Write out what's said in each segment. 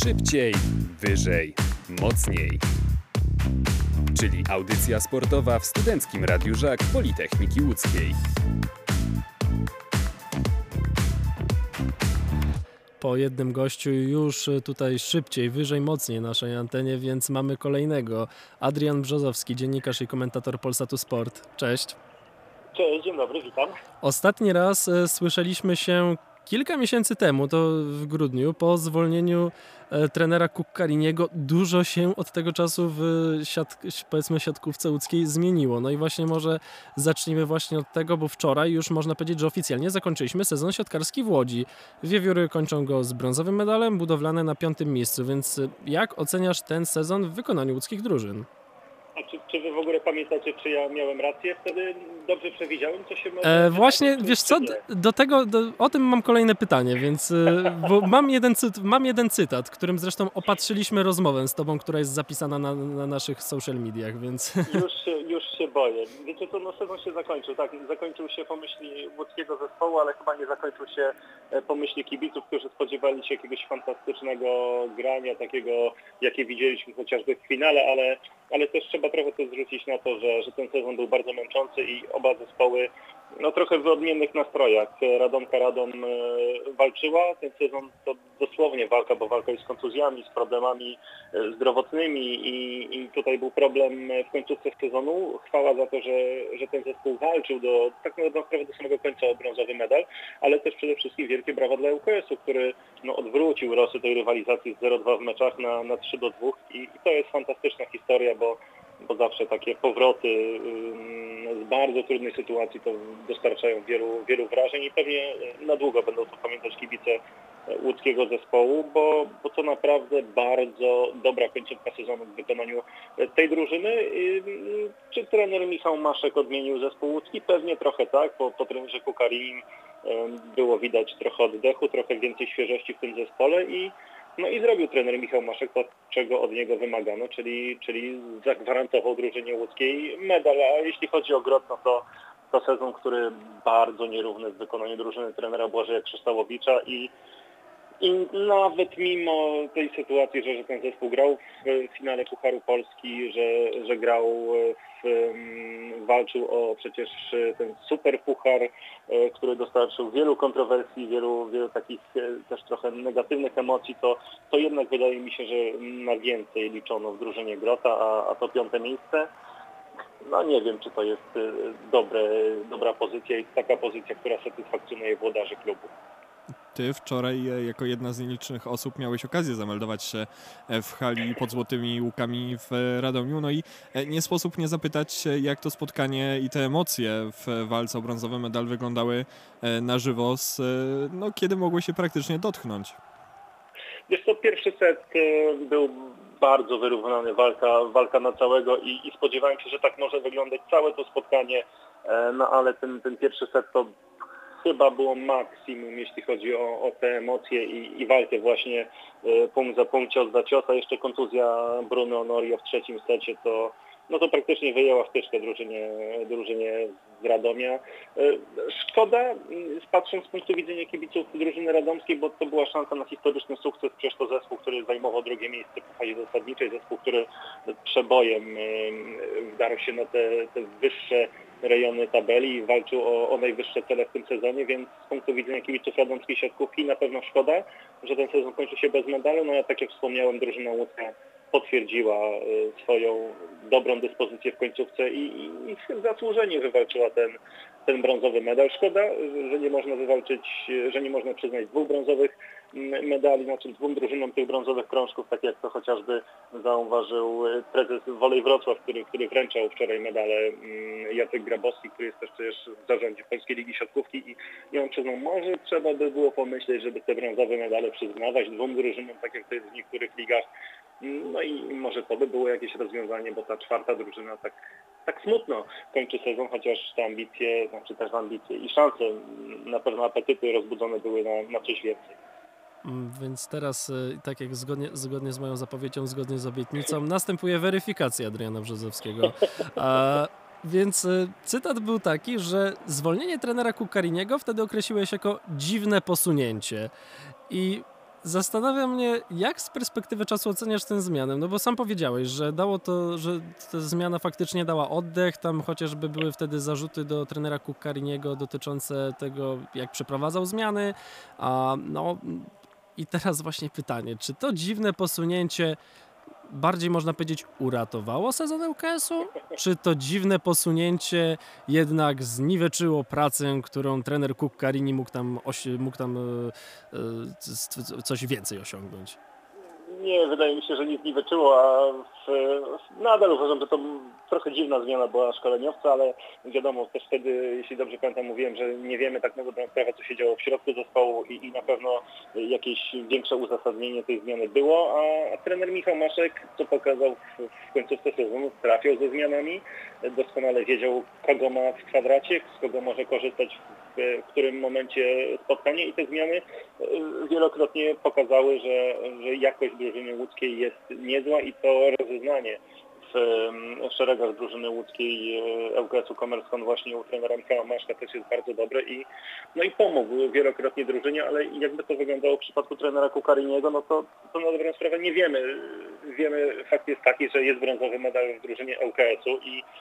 Szybciej, wyżej, mocniej. Czyli audycja sportowa w Studenckim Radiu Żak Politechniki Łódzkiej. Po jednym gościu już tutaj szybciej, wyżej, mocniej naszej antenie, więc mamy kolejnego. Adrian Brzozowski, dziennikarz i komentator Polsatu Sport. Cześć. Cześć, dzień dobry, witam. Ostatni raz słyszeliśmy się kilka miesięcy temu, to w grudniu, po zwolnieniu trenera Cuccariniego. Dużo się od tego czasu w siatkówce łódzkiej zmieniło. No i właśnie może zacznijmy właśnie od tego, bo wczoraj już można powiedzieć, że oficjalnie zakończyliśmy sezon siatkarski w Łodzi. Wiewióry kończą go z brązowym medalem, Budowlane na 5. miejscu, więc jak oceniasz ten sezon w wykonaniu łódzkich drużyn? A czy wy w ogóle pamiętacie, czy ja miałem rację? Wtedy dobrze przewidziałem, co się może... Właśnie, wiesz co, o tym mam kolejne pytanie, więc bo mam jeden cytat, którym zresztą opatrzyliśmy rozmowę z tobą, która jest zapisana na naszych social mediach, więc... Już się boję. Wiecie co, sezon się zakończył, tak, zakończył się po myśli łódzkiego zespołu, ale chyba nie zakończył się po myśli kibiców, którzy spodziewali się jakiegoś fantastycznego grania, takiego, jakie widzieliśmy chociażby w finale, ale też trzeba trochę to zwrócić na to, że ten sezon był bardzo męczący i oba zespoły trochę w odmiennych nastrojach. Radomka Radom walczyła, ten sezon to dosłownie walka, bo walka jest z kontuzjami, z problemami zdrowotnymi i tutaj był problem w końcówce sezonu. Chwała za to, że ten zespół walczył tak naprawdę do samego końca o brązowy medal, ale też przede wszystkim wielkie brawa dla ŁKS-u, który odwrócił losy tej rywalizacji z 0-2 w meczach na 3-2 i to jest fantastyczna historia, bo zawsze takie powroty z bardzo trudnej sytuacji to dostarczają wielu wrażeń i pewnie na długo będą to pamiętać kibice łódzkiego zespołu, bo to naprawdę bardzo dobra końcówka sezonu w wykonaniu tej drużyny. Czy trener Michał Maszek odmienił zespół łódzki? Pewnie trochę tak, po trenerze Cuccarinim było widać trochę oddechu, trochę więcej świeżości w tym zespole i zrobił trener Michał Maszek to, czego od niego wymagano, czyli zagwarantował drużynie łódzkiej medal. A jeśli chodzi o Grot, to sezon, który bardzo nierówny w wykonaniu drużyny trenera Błażeja Krzyształowicza i nawet mimo tej sytuacji, że ten zespół grał w finale Pucharu Polski, że grał walczył o przecież ten super puchar, który dostarczył wielu kontrowersji, wielu takich też trochę negatywnych emocji, to jednak wydaje mi się, że na więcej liczono w drużynie Grota, a to 5. miejsce. Nie wiem, czy to jest dobra pozycja i taka pozycja, która satysfakcjonuje włodarzy klubu. Ty wczoraj jako jedna z nielicznych osób miałeś okazję zameldować się w hali pod Złotymi Łukami w Radomiu. I nie sposób nie zapytać, jak to spotkanie i te emocje w walce o brązowy medal wyglądały na żywo, kiedy mogły się praktycznie dotknąć. Wiesz co, pierwszy set był bardzo wyrównany, walka na całego i spodziewałem się, że tak może wyglądać całe to spotkanie, ale ten pierwszy set to chyba było maksimum, jeśli chodzi o te emocje i walkę właśnie punkt za punkt, cios za cios, a jeszcze kontuzja Bruno Honorio w trzecim secie, to praktycznie wyjęła wtyczkę drużynie z Radomia. Szkoda, patrząc z punktu widzenia kibiców drużyny radomskiej, bo to była szansa na historyczny sukces, przecież to zespół, który zajmował 2. miejsce w fazie zasadniczej, zespół, który przebojem wdarł się na te wyższe rejony tabeli i walczył o najwyższe cele w tym sezonie, więc z punktu widzenia kibiców radomskiej siatkówki na pewno szkoda, że ten sezon kończy się bez medalu, ale tak jak wspomniałem, drużyna łódzka potwierdziła swoją dobrą dyspozycję w końcówce i zasłużenie wywalczyła ten brązowy medal. Szkoda, że nie można że nie można przyznać 2 brązowych medali, 2 drużynom tych brązowych krążków, tak jak to chociażby zauważył prezes Wolej Wrocław, który wręczał wczoraj medale, Jacek Grabowski, który jest też przecież w zarządzie Polskiej Ligi Siatkówki i on przyznał, może trzeba by było pomyśleć, żeby te brązowe medale przyznawać 2 drużynom, tak jak to jest w niektórych ligach. I może to by było jakieś rozwiązanie, bo ta 4. drużyna tak smutno kończy sezon, chociaż te ambicje, i szanse, na pewno apetyty rozbudzone były na coś więcej. Więc teraz, tak jak zgodnie z moją zapowiedzią, zgodnie z obietnicą, następuje weryfikacja Adriana Brzozowskiego. Więc cytat był taki, że zwolnienie trenera Cuccariniego wtedy określiłeś jako dziwne posunięcie. I Zastanawia mnie, jak z perspektywy czasu oceniasz tę zmianę, no bo sam powiedziałeś, że dało to, że ta zmiana faktycznie dała oddech, tam chociażby były wtedy zarzuty do trenera Cuccariniego dotyczące tego, jak przeprowadzał zmiany, a no i teraz właśnie pytanie, czy to dziwne posunięcie bardziej można powiedzieć uratowało sezon ŁKS-u, czy to dziwne posunięcie jednak zniweczyło pracę, którą trener Cuccarini mógł tam coś więcej osiągnąć? Nie, wydaje mi się, że nie zniweczyło, a nadal uważam, że to trochę dziwna zmiana była szkoleniowca, ale wiadomo, też wtedy, jeśli dobrze pamiętam, mówiłem, że nie wiemy tak na dobrą sprawę, co się działo w środku zespołu i na pewno jakieś większe uzasadnienie tej zmiany było, a trener Michał Maszek, co pokazał w końcówce sezonu, trafiał ze zmianami, doskonale wiedział, kogo ma w kwadracie, z kogo może korzystać w którym momencie spotkania i te zmiany wielokrotnie pokazały, że jakość drużyny łódzkiej jest niezła i to rozeznanie w szeregach drużyny łódzkiej ŁKS-u Commerzone właśnie u trenera Michała Maszka też jest bardzo dobre i pomógł wielokrotnie drużynie, ale jakby to wyglądało w przypadku trenera Cuccariniego, no to na dobrą sprawę nie wiemy. Wiemy, fakt jest taki, że jest brązowy medal w drużynie ŁKS-u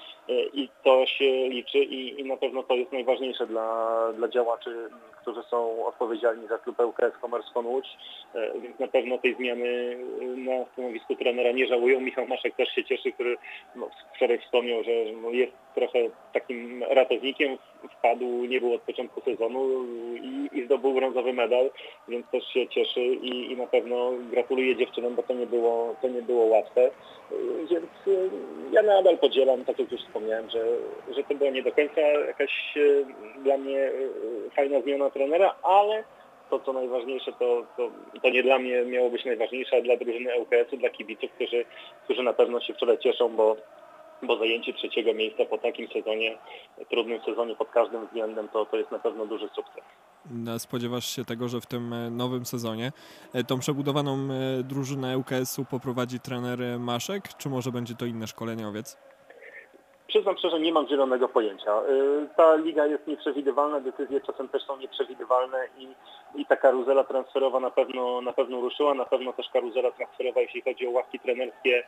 i to się liczy i na pewno to jest najważniejsze dla działaczy, którzy są odpowiedzialni za klub ŁKS Commerzone Łódź, więc na pewno tej zmiany na stanowisku trenera nie żałują. Michał Maszek też się cieszy, który wczoraj wspomniał, że jest trochę takim ratownikiem, wpadł, nie był od początku sezonu i zdobył brązowy medal, więc też się cieszy i na pewno gratuluję dziewczynom, bo to nie było łatwe. Więc ja nadal podzielam, tak jak już wspomniałem, że to była nie do końca jakaś dla mnie fajna zmiana trenera, ale to, co najważniejsze, to nie dla mnie miało być najważniejsze, a dla drużyny ŁKS-u, dla kibiców, którzy na pewno się wczoraj cieszą, bo zajęcie 3. miejsca po takim sezonie, trudnym sezonie pod każdym względem, to jest na pewno duży sukces. Spodziewasz się tego, że w tym nowym sezonie tą przebudowaną drużynę ŁKS-u poprowadzi trener Maszek, czy może będzie to inny szkoleniowiec? Przyznam szczerze, nie mam zielonego pojęcia. Ta liga jest nieprzewidywalna, decyzje czasem też są nieprzewidywalne i ta karuzela transferowa na pewno ruszyła, na pewno też karuzela transferowa, jeśli chodzi o ławki trenerskie,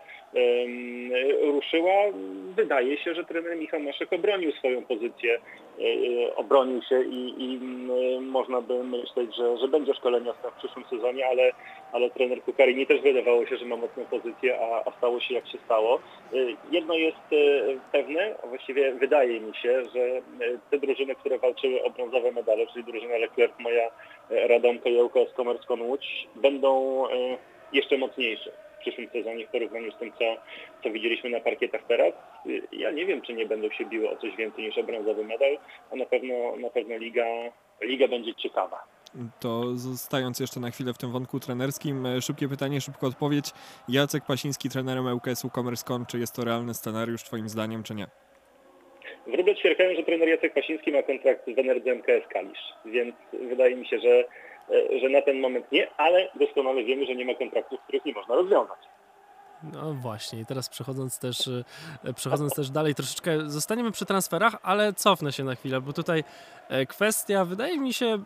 ruszyła. Wydaje się, że trener Michał Maszek obronił swoją pozycję, obronił się i można by myśleć, że będzie szkoleniowcem w przyszłym sezonie, ale trener Cuccarini też wydawało się, że ma mocną pozycję, a stało się jak się stało. Jedno jest pewne, a właściwie wydaje mi się, że te drużyny, które walczyły o brązowe medale, czyli drużyna Leclerc, moja Radomko i ŁKS Commerzone Łódź, będą jeszcze mocniejsze w przyszłym sezonie w porównaniu z tym, co widzieliśmy na parkietach teraz. Ja nie wiem, czy nie będą się biły o coś więcej niż o brązowy medal, a na pewno liga będzie ciekawa. To zostając jeszcze na chwilę w tym wątku trenerskim, szybkie pytanie, szybka odpowiedź. Jacek Pasiński trenerem ŁKS-u Commerzone, czy jest to realny scenariusz twoim zdaniem, czy nie? Wróble ćwierkają, że trener Jacek Pasiński ma kontrakt z NRD MKS Kalisz, więc wydaje mi się, że na ten moment nie, ale doskonale wiemy, że nie ma kontraktów, których nie można rozwiązać. No właśnie, i teraz przechodząc też dalej, troszeczkę zostaniemy przy transferach, ale cofnę się na chwilę, bo tutaj kwestia, wydaje mi się,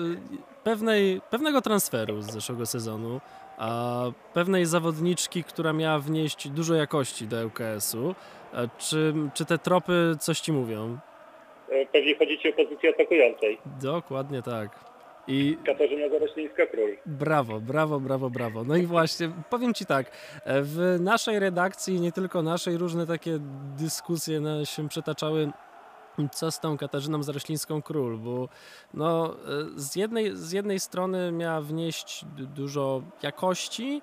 pewnego transferu z zeszłego sezonu, a pewnej zawodniczki, która miała wnieść dużo jakości do ŁKS-u. Czy te tropy coś ci mówią? Pewnie chodzi ci o pozycję atakującej. Dokładnie tak. Katarzyna Zaroślińska-Król. Brawo. No i właśnie, powiem ci tak, w naszej redakcji, nie tylko naszej, różne takie dyskusje się przetaczały, co z tą Katarzyną Zaroślińską-Król, bo no, z jednej strony miała wnieść dużo jakości,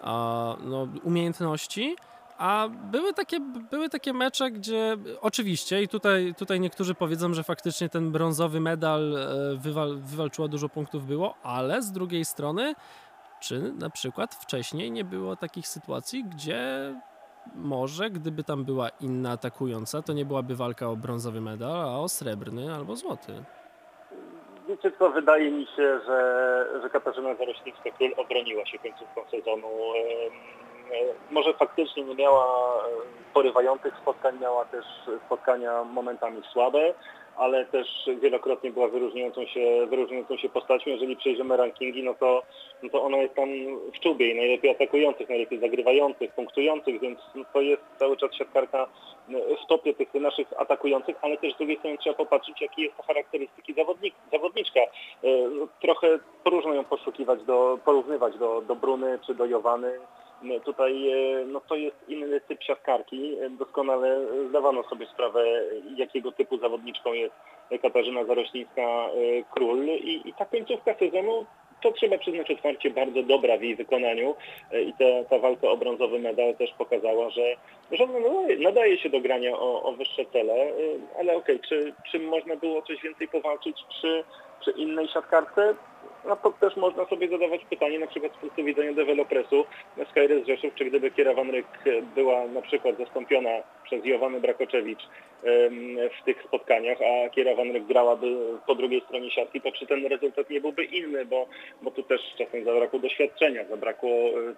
umiejętności, a były takie mecze, gdzie oczywiście i tutaj niektórzy powiedzą, że faktycznie ten brązowy medal wywalczyła dużo punktów było, ale z drugiej strony, czy na przykład wcześniej nie było takich sytuacji, gdzie może gdyby tam była inna atakująca, to nie byłaby walka o brązowy medal, a o srebrny albo złoty. Wiecie co, wydaje mi się, że Katarzyna Zarośnicka-Król obroniła się końcówką sezonu. Może faktycznie nie miała porywających spotkań, miała też spotkania momentami słabe, ale też wielokrotnie była wyróżniającą się postacią. Jeżeli przejrzymy rankingi, no to ona jest tam w czubie i najlepiej atakujących, najlepiej zagrywających, punktujących, więc to jest cały czas siatkarka w topie tych naszych atakujących, ale też z drugiej strony trzeba popatrzeć, jakie jest to charakterystyki zawodniczka. Trochę próżno ją porównywać do Bruny czy do Jowany. Tutaj to jest inny typ siatkarki. Doskonale zdawano sobie sprawę, jakiego typu zawodniczką jest Katarzyna Zarośnicka-Król i ta końcówka sezonu, to trzeba przyznać otwarcie, bardzo dobra w jej wykonaniu i ta walka o brązowy medal też pokazała, że ona nadaje się do grania o wyższe cele, ale okej, czy można było coś więcej powalczyć przy innej siatkarce? No to też można sobie zadawać pytanie, na przykład z punktu widzenia dewelopresu Skyres Rzeszów, czy gdyby Kiera Wanryk była na przykład zastąpiona przez Joannę Brakoczewicz w tych spotkaniach, a Kiera Wanryk grałaby po drugiej stronie siatki, to czy ten rezultat nie byłby inny, bo tu też czasem zabrakło doświadczenia, zabrakło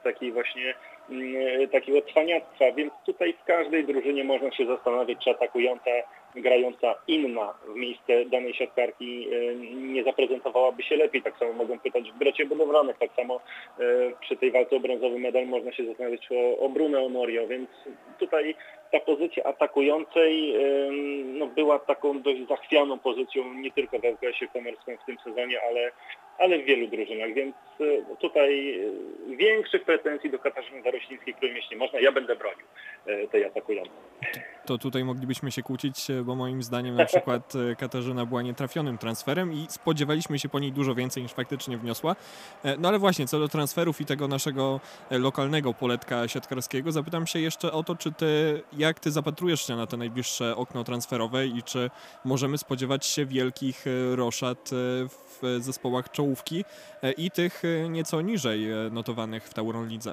takiego cwaniactwa, więc tutaj w każdej drużynie można się zastanawiać, czy atakująca, grająca inna w miejsce danej siatkarki nie zaprezentowałaby się lepiej. Tak samo mogą pytać w grocie budowlanych, tak samo przy tej walce o brązowy medal można się zastanawiać o Brunę Omorio, więc tutaj ta pozycja atakującej była taką dość zachwianą pozycją nie tylko w ŁKS-ie Komerską w tym sezonie, ale w wielu drużynach, więc tutaj większych pretensji do Katarzyny Zarośnickiej-Król mieć nie można. Ja będę bronił tej atakującej. To tutaj moglibyśmy się kłócić, bo moim zdaniem na przykład Katarzyna była nietrafionym transferem i spodziewaliśmy się po niej dużo więcej niż faktycznie wniosła. No ale właśnie, co do transferów i tego naszego lokalnego poletka siatkarskiego, zapytam się jeszcze o to, jak ty zapatrujesz się na te najbliższe okno transferowe i czy możemy spodziewać się wielkich roszad w zespołach czołówki i tych nieco niżej notowanych w Tauron Lidze?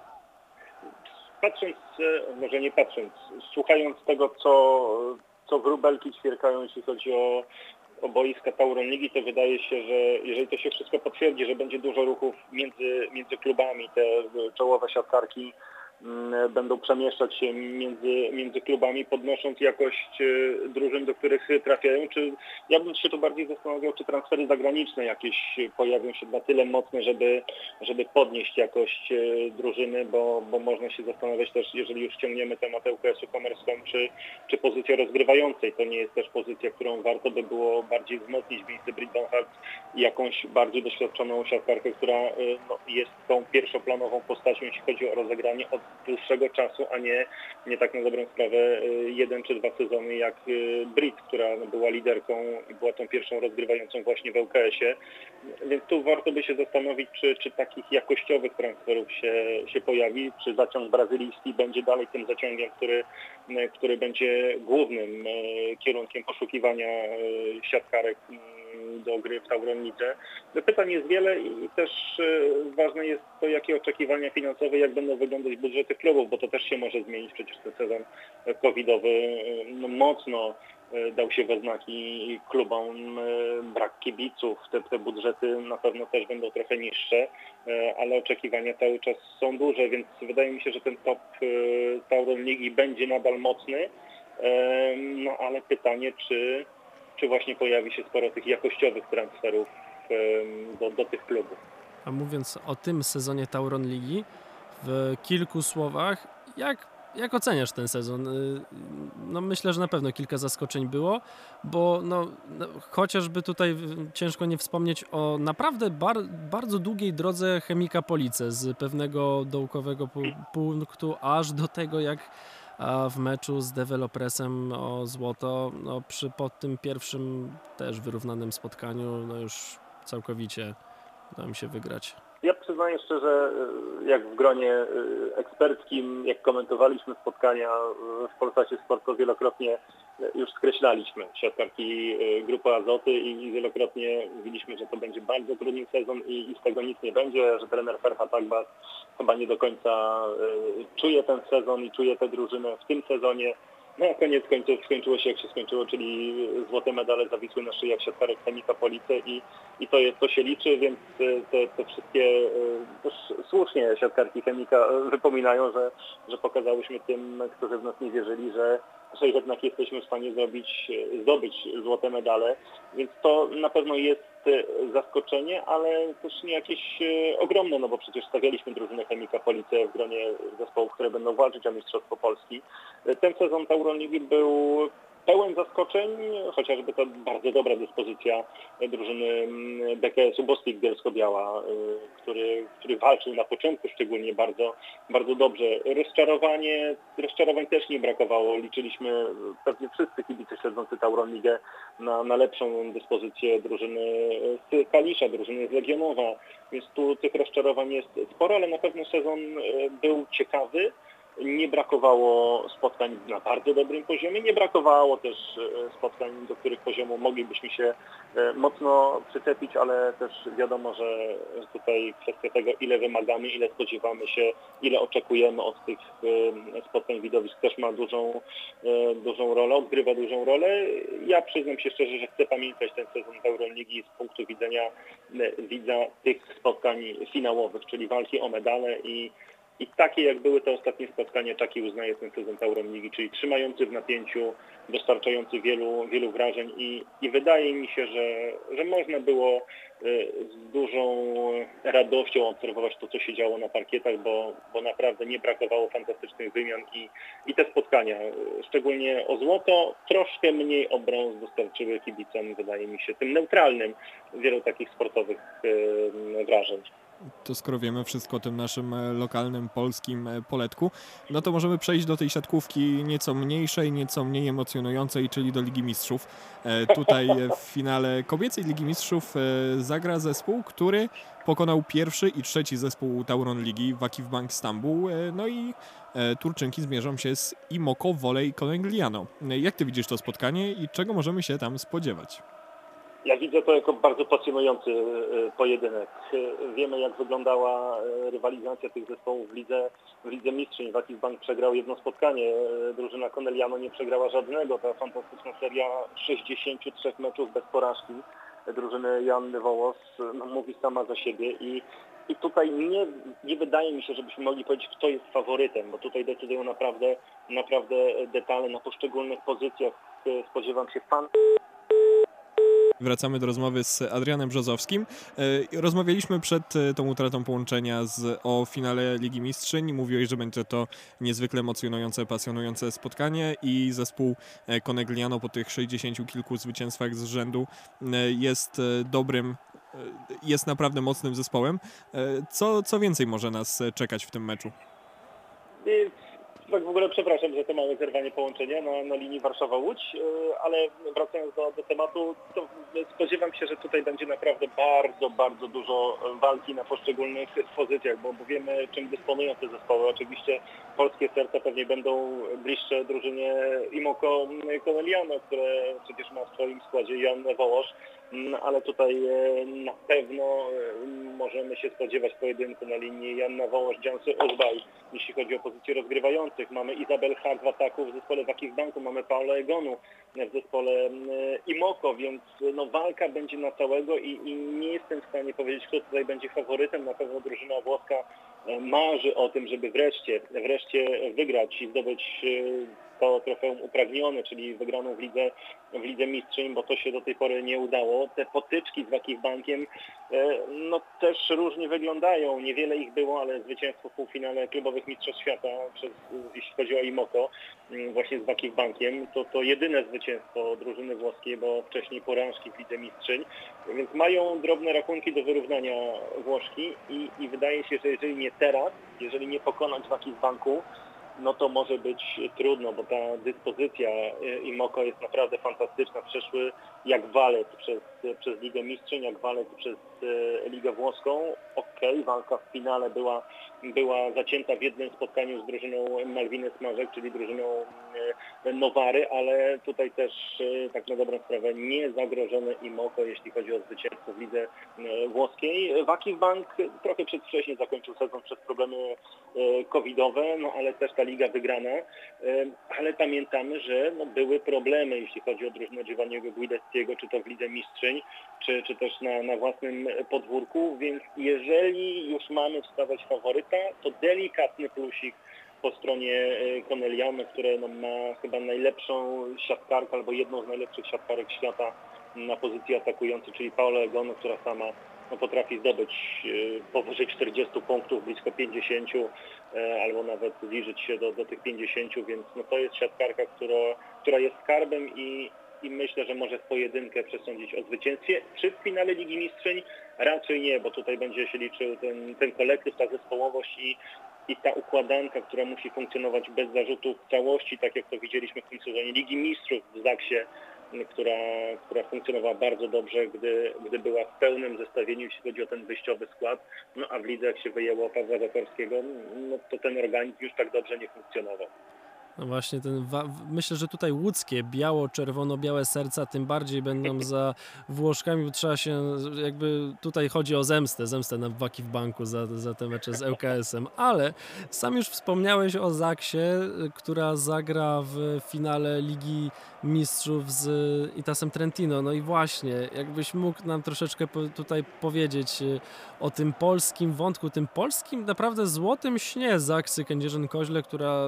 Słuchając tego, co wróbelki ćwierkają, jeśli chodzi o boiska Tauron Ligi, to wydaje się, że jeżeli to się wszystko potwierdzi, że będzie dużo ruchów między klubami, te czołowe siatkarki będą przemieszczać się między klubami, podnosząc jakość drużyn, do których trafiają. Ja bym się tu bardziej zastanawiał, czy transfery zagraniczne jakieś pojawią się na tyle mocne, żeby podnieść jakość drużyny, bo można się zastanawiać też, jeżeli już ciągniemy temat ŁKS-u Komerską, czy pozycja rozgrywającej to nie jest też pozycja, którą warto by było bardziej wzmocnić w miejsce Brit Banhart i jakąś bardziej doświadczoną siatkarkę, która jest tą pierwszoplanową postacią, jeśli chodzi o rozegranie od dłuższego czasu, a nie tak na dobrą sprawę 1 czy 2 sezony jak Brit, która była liderką i była tą pierwszą rozgrywającą właśnie w ŁKS-ie. Więc tu warto by się zastanowić, czy takich jakościowych transferów się pojawi, czy zaciąg brazylijski będzie dalej tym zaciągiem, który będzie głównym kierunkiem poszukiwania siatkarek do gry w Tauron Lidze. Pytań jest wiele i też ważne jest to, jakie oczekiwania finansowe, jak będą wyglądać budżety klubów, bo to też się może zmienić. Przecież ten sezon covidowy mocno dał się we znaki klubom, brak kibiców, te budżety na pewno też będą trochę niższe, ale oczekiwania cały czas są duże, więc wydaje mi się, że ten top Tauron Ligi będzie nadal mocny, ale pytanie, czy właśnie pojawi się sporo tych jakościowych transferów do tych klubów. A mówiąc o tym sezonie Tauron Ligi, w kilku słowach, jak oceniasz ten sezon? No myślę, że na pewno kilka zaskoczeń było, bo chociażby tutaj ciężko nie wspomnieć o naprawdę bardzo długiej drodze Chemika Police z pewnego dołkowego punktu aż do tego, jak w meczu z Developresem o złoto, po tym pierwszym też wyrównanym spotkaniu, już całkowicie udało mi się wygrać. Ja przyznaję szczerze, jak w gronie eksperckim, jak komentowaliśmy spotkania w Polsacie Sport, to wielokrotnie już skreślaliśmy siatkarki Grupy Azoty i wielokrotnie mówiliśmy, że to będzie bardzo trudny sezon i z tego nic nie będzie, że trener Ferhat Akbas chyba nie do końca czuje ten sezon i czuje tę drużynę w tym sezonie. No a koniec końców skończyło się jak się skończyło, czyli złote medale zawisły na szyjach siatkarek Chemika Police i to się liczy, więc te wszystkie też słusznie siatkarki Chemika wypominają, że pokazałyśmy tym, którzy w nas nie wierzyli, że jednak jesteśmy w stanie zdobyć złote medale, więc to na pewno jest zaskoczenie, ale też nie jakieś ogromne, no bo przecież stawialiśmy drużynę Chemika Police w gronie zespołów, które będą walczyć o Mistrzostwo Polski. Ten sezon Tauron Ligi był pełen zaskoczeń, chociażby to bardzo dobra dyspozycja drużyny BKS-u Bostrik Bielsko-Biała, który walczył na początku szczególnie bardzo, bardzo dobrze. Rozczarowań też nie brakowało. Liczyliśmy pewnie wszyscy kibice śledzący Tauron Ligę na lepszą dyspozycję drużyny z Kalisza, drużyny z Legionowa, więc tu tych rozczarowań jest sporo, ale na pewno sezon był ciekawy. Nie brakowało spotkań na bardzo dobrym poziomie, nie brakowało też spotkań, do których poziomu moglibyśmy się mocno przyczepić, ale też wiadomo, że tutaj kwestia tego, ile wymagamy, ile spodziewamy się, ile oczekujemy od tych spotkań widowisk też ma dużą rolę, odgrywa dużą rolę. Ja przyznam się szczerze, że chcę pamiętać ten sezon Euroligi z punktu widzenia widza tych spotkań finałowych, czyli walki o medale i takie jak były te ostatnie spotkania, taki uznaję ten sezon Tauron Ligi, czyli trzymający w napięciu, dostarczający wielu wrażeń i wydaje mi się, że można było z dużą radością obserwować to, co się działo na parkietach, bo naprawdę nie brakowało fantastycznych wymian i te spotkania, szczególnie o złoto, troszkę mniej o brąz dostarczyły kibicom, wydaje mi się, tym neutralnym, wielu takich sportowych wrażeń. To skoro wiemy wszystko o tym naszym lokalnym, polskim poletku, no to możemy przejść do tej siatkówki nieco mniejszej, nieco mniej emocjonującej, czyli do Ligi Mistrzów. Tutaj w finale kobiecej Ligi Mistrzów zagra zespół, który pokonał pierwszy i trzeci zespół Tauron Ligi, Wakif Bank Stambuł, no i Turczynki zmierzą się z Imoko Volley Conegliano. Jak ty widzisz to spotkanie i czego możemy się tam spodziewać? Ja widzę to jako bardzo pasjonujący pojedynek. Wiemy, jak wyglądała rywalizacja tych zespołów w Lidze Mistrzyń. Wakif Bank przegrał jedno spotkanie, drużyna Conegliano nie przegrała żadnego. Ta fantastyczna seria 63 meczów bez porażki drużyny Joanny Wołos mówi sama za siebie i tutaj nie wydaje mi się, żebyśmy mogli powiedzieć, kto jest faworytem, bo tutaj decydują naprawdę detale na poszczególnych pozycjach. Spodziewam się Wracamy do rozmowy z Adrianem Brzozowskim. Rozmawialiśmy przed tą utratą połączenia o finale Ligi Mistrzyń. Mówiłeś, że będzie to niezwykle emocjonujące, pasjonujące spotkanie i zespół Conegliano po tych 60 kilku zwycięstwach z rzędu jest naprawdę mocnym zespołem. Co więcej może nas czekać w tym meczu? Tak w ogóle przepraszam za to małe zerwanie połączenia na linii Warszawa-Łódź, ale wracając do tematu, to spodziewam się, że tutaj będzie naprawdę bardzo, bardzo dużo walki na poszczególnych pozycjach, bo wiemy, czym dysponują te zespoły. Oczywiście polskie serca pewnie będą bliższe drużynie Imoko Conegliano, które przecież ma w swoim składzie Joannę Wołosz, ale tutaj na pewno możemy się spodziewać pojedynku na linii Joanna Wołosz, Dziansy Ozbaj, jeśli chodzi o pozycję rozgrywających. Mamy Izabel Hak w ataku w zespole Wakif Banku, mamy Paula Egonu w zespole Imoko, więc walka będzie na całego i nie jestem w stanie powiedzieć, kto tutaj będzie faworytem. Na pewno drużyna włoska marzy o tym, żeby wreszcie wygrać i zdobyć to trofeum upragnione, czyli wygraną w Lidze Mistrzyń, bo to się do tej pory nie udało. Te potyczki z Wakif Bankiem też różnie wyglądają. Niewiele ich było, ale zwycięstwo w półfinale klubowych Mistrzostw Świata, jeśli chodzi o Imoko, właśnie z Wakif Bankiem, to jedyne zwycięstwo drużyny włoskiej, bo wcześniej porażki w Lidze Mistrzyń, więc mają drobne rachunki do wyrównania Włoszki i wydaje się, że jeżeli nie pokonać Wakif Banku, no to może być trudno, bo ta dyspozycja Imoko jest naprawdę fantastyczna. Przeszły jak walet przez Ligę Mistrzyń, jak walet przez Ligę Włoską. Walka w finale była zacięta w jednym spotkaniu z drużyną Malwiny Smarzek, czyli drużyną Nowary, ale tutaj też tak na dobrą sprawę nie zagrożone im oko, jeśli chodzi o zwycięstwo w lidze włoskiej. Wakiv Bank trochę przedwcześnie zakończył sezon przez problemy covidowe, no ale też ta liga wygrana, ale pamiętamy, że były problemy, jeśli chodzi o drużynę Giovanniego Guidettiego, czy to w lidze mistrzyń, czy też na własnym podwórku, więc jeżeli już mamy wstawiać faworyta, to delikatny plusik po stronie Corneliano, które ma chyba najlepszą siatkarkę albo jedną z najlepszych siatkarek świata na pozycji atakującej, czyli Paola Egono, która sama potrafi zdobyć powyżej 40 punktów, blisko 50, albo nawet zbliżyć się do tych 50, więc to jest siatkarka, która jest skarbem i myślę, że może w pojedynkę przesądzić o zwycięstwie. Czy w finale Ligi Mistrzyń? Raczej nie, bo tutaj będzie się liczył ten kolektyw, ta zespołowość i ta układanka, która musi funkcjonować bez zarzutów w całości, tak jak to widzieliśmy w tym sezonie Ligi Mistrzów w Zaksie, która funkcjonowała bardzo dobrze, gdy była w pełnym zestawieniu, jeśli chodzi o ten wyjściowy skład. A w lidze, jak się wyjęło Pawła Zatorskiego, to ten organizm już tak dobrze nie funkcjonował. No właśnie, myślę, że tutaj łódzkie, biało-czerwono-białe serca tym bardziej będą za Włoszkami, bo trzeba się tutaj chodzi o zemstę na Wakiv Banku za te mecze z ŁKS-em, ale sam już wspomniałeś o Zaksie, która zagra w finale Ligi Mistrzów z Itasem Trentino. No i właśnie, jakbyś mógł nam troszeczkę tutaj powiedzieć o tym polskim wątku, tym polskim naprawdę złotym śnie Zaksy Kędzierzyn-Koźle, która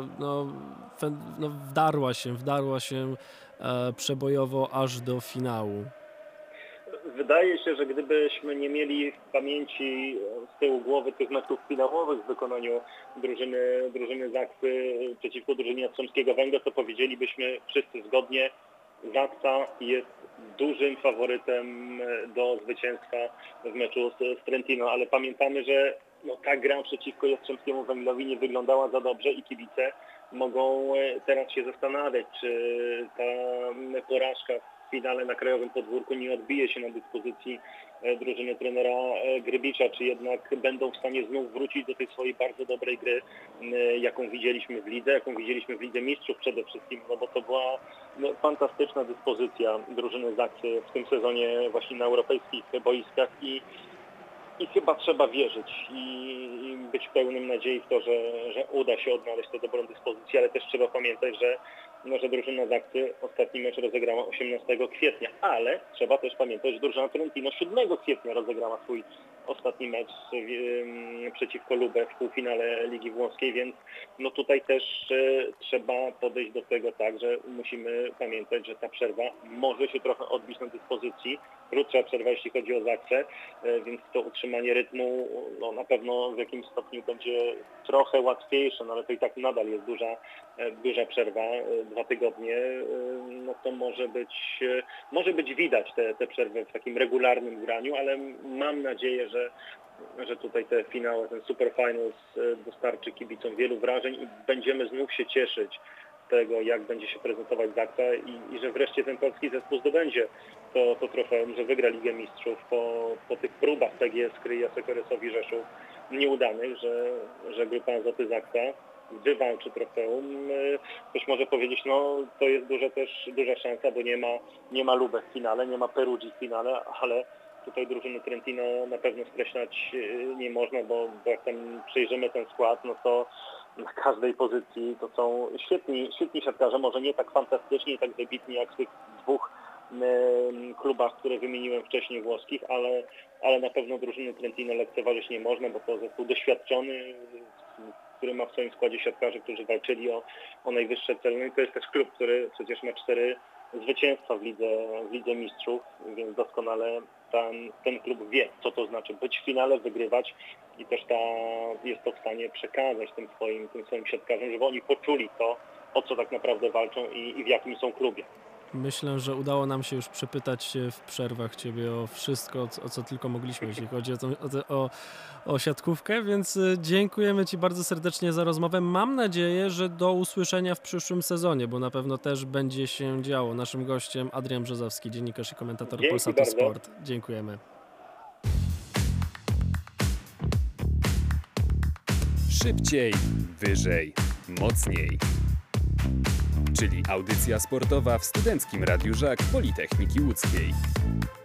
wdarła się przebojowo aż do finału. Wydaje się, że gdybyśmy nie mieli w pamięci z tyłu głowy tych meczów finałowych w wykonaniu drużyny Zaksy przeciwko drużynie Jastrzębskiego Węgla, to powiedzielibyśmy wszyscy zgodnie, Zaksa jest dużym faworytem do zwycięstwa w meczu z Trentino, ale pamiętamy, że ta gra przeciwko Jastrzębskiemu Węglowi nie wyglądała za dobrze i kibice mogą teraz się zastanawiać, czy ta porażka w finale na krajowym podwórku nie odbije się na dyspozycji drużyny trenera Grybicza, czy jednak będą w stanie znów wrócić do tej swojej bardzo dobrej gry, jaką widzieliśmy w lidze, jaką widzieliśmy w Lidze Mistrzów przede wszystkim, bo to była fantastyczna dyspozycja drużyny Zaksy w tym sezonie właśnie na europejskich boiskach i chyba trzeba wierzyć i być pełnym nadziei w to, że uda się odnaleźć tę dobrą dyspozycję, ale też trzeba pamiętać, że drużyna Zaksy ostatni mecz rozegrała 18 kwietnia, ale trzeba też pamiętać, że drużyna Trentino 7 kwietnia rozegrała swój ostatni mecz przeciwko Lubę w półfinale Ligi Włoskiej, więc tutaj też trzeba podejść do tego tak, że musimy pamiętać, że ta przerwa może się trochę odbić na dyspozycji. Krótsza przerwa, jeśli chodzi o Zaksę, więc to utrzymanie rytmu na pewno w jakimś stopniu będzie trochę łatwiejsze, ale to i tak nadal jest duża przerwa, 2 tygodnie, to może być widać te przerwy w takim regularnym graniu, ale mam nadzieję, że tutaj te finały, ten Super Finals dostarczy kibicom wielu wrażeń i będziemy znów się cieszyć tego, jak będzie się prezentować Zaksa i że wreszcie ten polski zespół zdobędzie to trofeum, że wygra Ligę Mistrzów po tych próbach PGS Kryja Sekoresowi Rzeszów nieudanych, że grupa Azoty Zaksa wywalczy trofeum. Ktoś może powiedzieć, to jest duża szansa, bo nie ma Lubę w finale, nie ma Perugii w finale, ale tutaj drużyny Trentino na pewno skreślać nie można, bo jak tam przejrzymy ten skład, to na każdej pozycji to są świetni siatkarze, może nie tak fantastycznie, tak wybitni jak w tych 2 klubach, które wymieniłem wcześniej włoskich, ale na pewno drużyny Trentino lekceważyć nie można, bo to zespół doświadczony, który ma w swoim składzie siatkarzy, którzy walczyli o najwyższe cele. No i to jest też klub, który przecież ma 4 zwycięstwa w Lidze Mistrzów, więc doskonale ten klub wie, co to znaczy być w finale, wygrywać i też jest to w stanie przekazać tym swoim siatkarzom, żeby oni poczuli to, o co tak naprawdę walczą i w jakim są klubie. Myślę, że udało nam się już przepytać w przerwach Ciebie o wszystko, o co tylko mogliśmy, jeśli chodzi o siatkówkę, więc dziękujemy Ci bardzo serdecznie za rozmowę. Mam nadzieję, że do usłyszenia w przyszłym sezonie, bo na pewno też będzie się działo. Naszym gościem Adrian Brzozowski, dziennikarz i komentator Polsatu Sport. Dziękujemy. Szybciej, wyżej, mocniej. czyli audycja sportowa w Studenckim Radiu Żak Politechniki Łódzkiej.